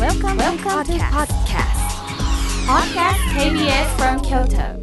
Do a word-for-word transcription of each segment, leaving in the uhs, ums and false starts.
Welcome, Welcome to podcast. Podcast ケービーエス from Kyoto.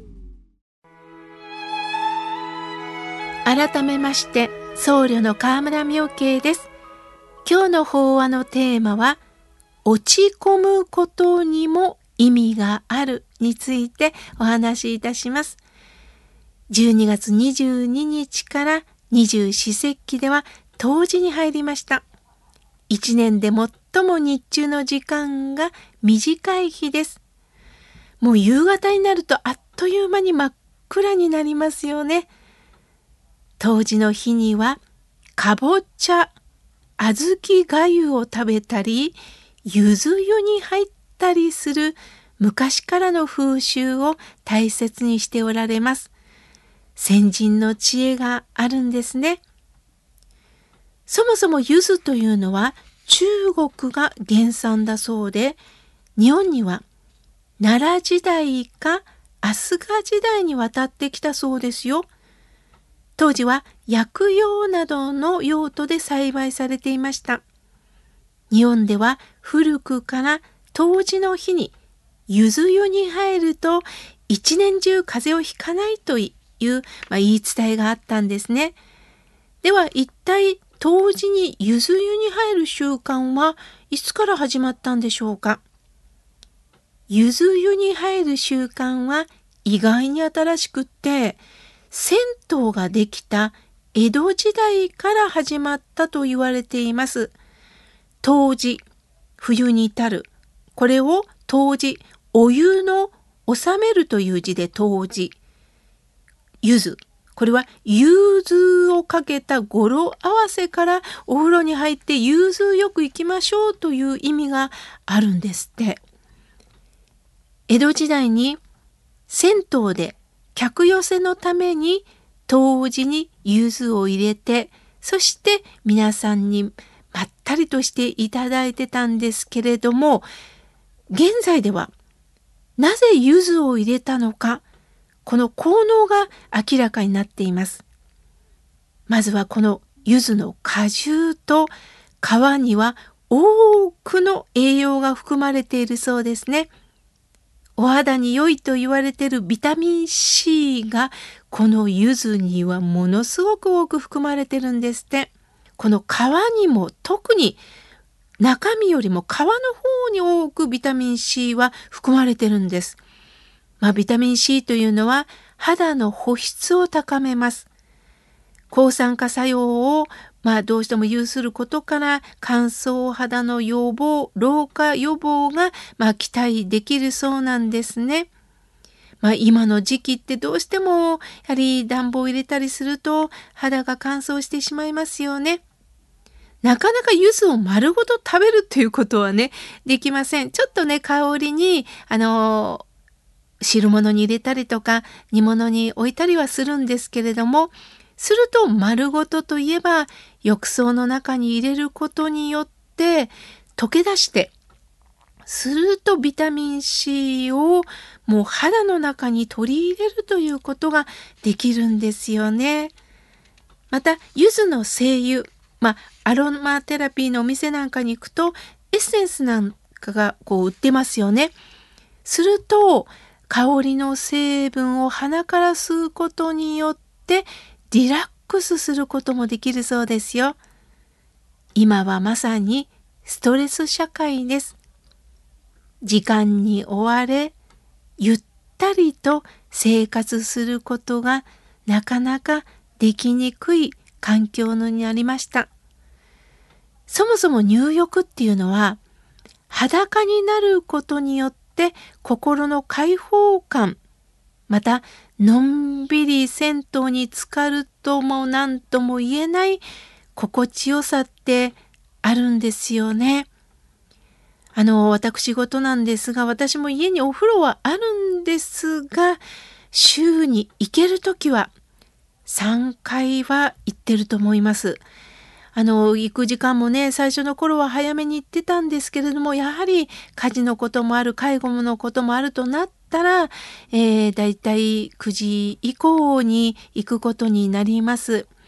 改めまして僧侶の河村妙慶です。今日の法話のテーマは落ち込むことにも意味があるについてお話しいたします。じゅうにがつにじゅうににちから二十四節気では冬至に入りました。一年で最も日中の時間が短い日です。もう夕方になるとあっという間に真っ暗になりますよね。冬至の日にはかぼちゃ、小豆がゆを食べたり、ゆず湯に入ったりする昔からの風習を大切にしておられます。先人の知恵があるんですね。そもそも柚子というのは中国が原産だそうで、日本には奈良時代か飛鳥時代に渡ってきたそうですよ。当時は薬用などの用途で栽培されていました。日本では古くから冬至の日に柚子湯に入ると一年中風邪をひかないという、まあ、言い伝えがあったんですね。では一体冬至に柚子湯に入る習慣はいつから始まったんでしょうか。柚子湯に入る習慣は意外に新しくって、銭湯ができた江戸時代から始まったと言われています。冬至、冬に至る。これを冬至、お湯の収めるという字で冬至。柚子。これは融通をかけた語呂合わせからお風呂に入って融通よく行きましょうという意味があるんですって。江戸時代に銭湯で客寄せのために冬至に柚子を入れて、そして皆さんにまったりとしていただいてたんですけれども、現在ではなぜ柚子を入れたのか、この効能が明らかになっています。まずはこの柚子の果汁と皮には多くの栄養が含まれているそうですね。お肌に良いと言われているビタミン C がこの柚子にはものすごく多く含まれてるんですって。この皮にも特に中身よりも皮の方に多くビタミン C は含まれてるんです。まあ、ビタミン C というのは肌の保湿を高めます。抗酸化作用を、まあ、どうしても有することから乾燥肌の予防、老化予防が、まあ、期待できるそうなんですね。まあ、今の時期ってどうしてもやはり暖房を入れたりすると肌が乾燥してしまいますよね。なかなか柚子を丸ごと食べるということはね、できません。ちょっとね、香りに、あのー汁物に入れたりとか煮物に置いたりはするんですけれども、すると丸ごとといえば浴槽の中に入れることによって溶け出して、するとビタミン C をもう肌の中に取り入れるということができるんですよね。また柚子の精油、まあ、アロマテラピーのお店なんかに行くとエッセンスなんかがこう売ってますよね。すると香りの成分を鼻から吸うことによってリラックスすることもできるそうですよ。今はまさにストレス社会です。時間に追われ、ゆったりと生活することがなかなかできにくい環境になりました。そもそも入浴っていうのは裸になることによって心の解放感、またのんびり銭湯に浸かるとも何とも言えない心地よさってあるんですよね。あの私事なんですが、私も家にお風呂はあるんですが、週に行けるときはさんかいは行ってると思います。あの行く時間もね、最初の頃は早めに行ってたんですけれども、やはり家事のこともある、介護のこともあるとなったら、えー、だいたいくじ以降に行くことになります。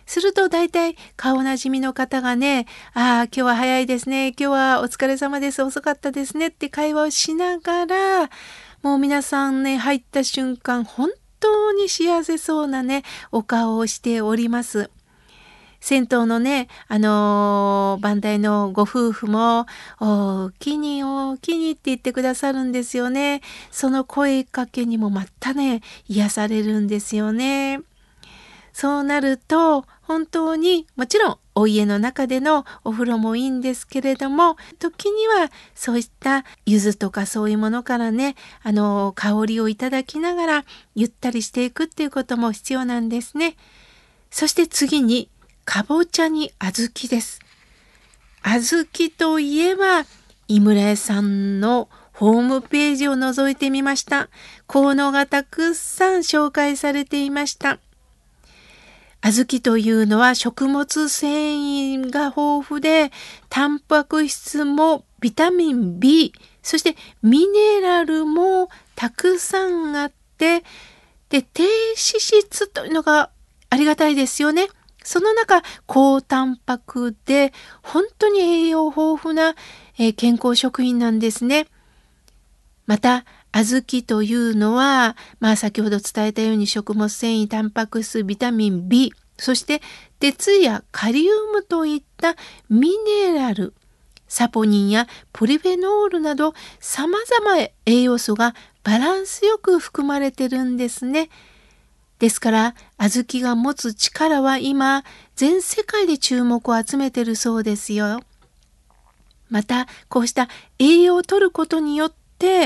すると大体顔なじみの方がね、ああ、今日は早いですね。今日はお疲れ様です。遅かったですねって会話をしながら、もう皆さんね、入った瞬間、本当に幸せそうなね、お顔をしております。銭湯のね、あのー、番台のご夫婦も、おきにおきにって言ってくださるんですよね。その声かけにもまたね、癒されるんですよね。そうなると、本当に、もちろん、お家の中でのお風呂もいいんですけれども、時には、そういった柚子とかそういうものからね、あのー、香りをいただきながら、ゆったりしていくっていうことも必要なんですね。そして次に、かぼちゃに小豆です。小豆といえば、井村屋さんのホームページを覗いてみました。効能がたくさん紹介されていました。小豆というのは食物繊維が豊富で、タンパク質もビタミン B、そしてミネラルもたくさんあって、で、低脂質というのがありがたいですよね。その中、高タンパクで本当に栄養豊富な、えー、健康食品なんですね。また、小豆というのは、まあ先ほど伝えたように食物繊維、タンパク質、ビタミン B、そして鉄やカリウムといったミネラル、サポニンやポリフェノールなど様々な栄養素がバランスよく含まれてるんですね。ですから、小豆が持つ力は今、全世界で注目を集めているそうですよ。また、こうした栄養を摂ることによって、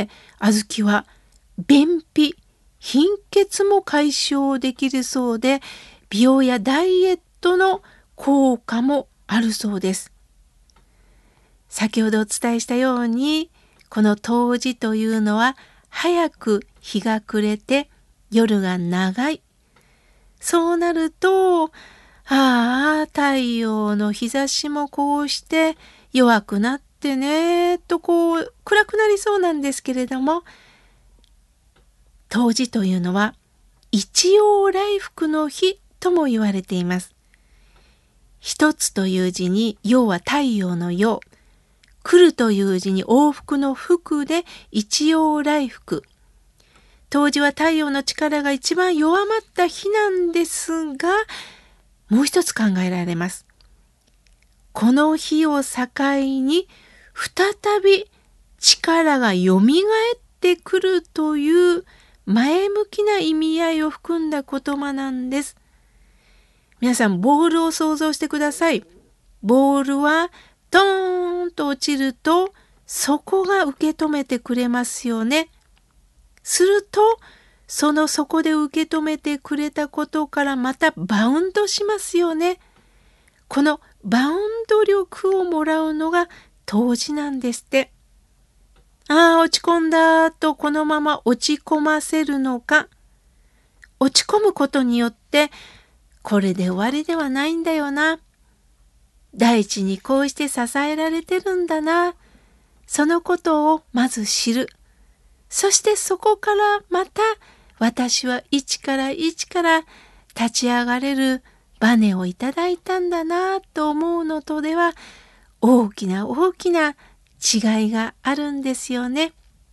小豆は便秘、貧血も解消できるそうで、美容やダイエットの効果もあるそうです。先ほどお伝えしたように、この冬至というのは、早く日が暮れて夜が長い。そうなると、ああ、太陽の日差しもこうして弱くなってね、とこう暗くなりそうなんですけれども、冬至というのは一陽来復の日とも言われています。一つという字に陽は太陽の陽、来るという字に往復の復で一陽来復。冬至は太陽の力が一番弱まった日なんですが、もう一つ考えられます。この日を境に再び力がよみがえってくるという前向きな意味合いを含んだ言葉なんです。皆さん、ボールを想像してください。ボールはドーンと落ちると、そこが受け止めてくれますよね。すると、その底で受け止めてくれたことからまたバウンドしますよね。このバウンド力をもらうのが冬至なんですって。ああ、落ち込んだとこのまま落ち込ませるのか。落ち込むことによって、これで終わりではないんだよな。大地にこうして支えられてるんだな。そのことをまず知る。そしてそこからまた私は一から一から立ち上がれるバネをいただいたんだなと思うのとでは大きな大きな違いがあるんですよね。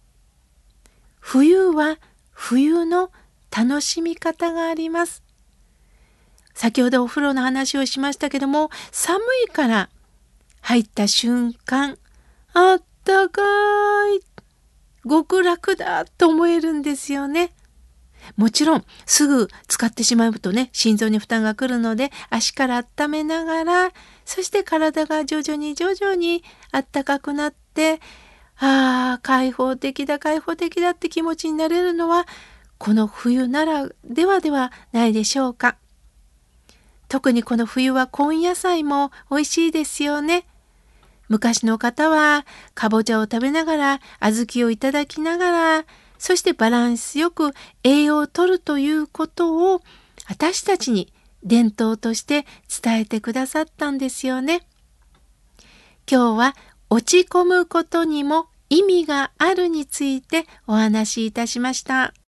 冬は冬の楽しみ方があります。先ほどお風呂の話をしましたけども、寒いから入った瞬間、あったかい、極楽だと思えるんですよね。もちろんすぐ使ってしまうとね、心臓に負担が来るので足から温めながら、そして体が徐々に徐々に温かくなって、ああ、開放的だ開放的だって気持ちになれるのはこの冬ならではではないでしょうか。特にこの冬は根野菜も美味しいですよね。昔の方はかぼちゃを食べながら、小豆をいただきながら、そしてバランスよく栄養をとるということを私たちに伝統として伝えてくださったんですよね。今日は落ち込むことにも意味があるについてお話しいたしました。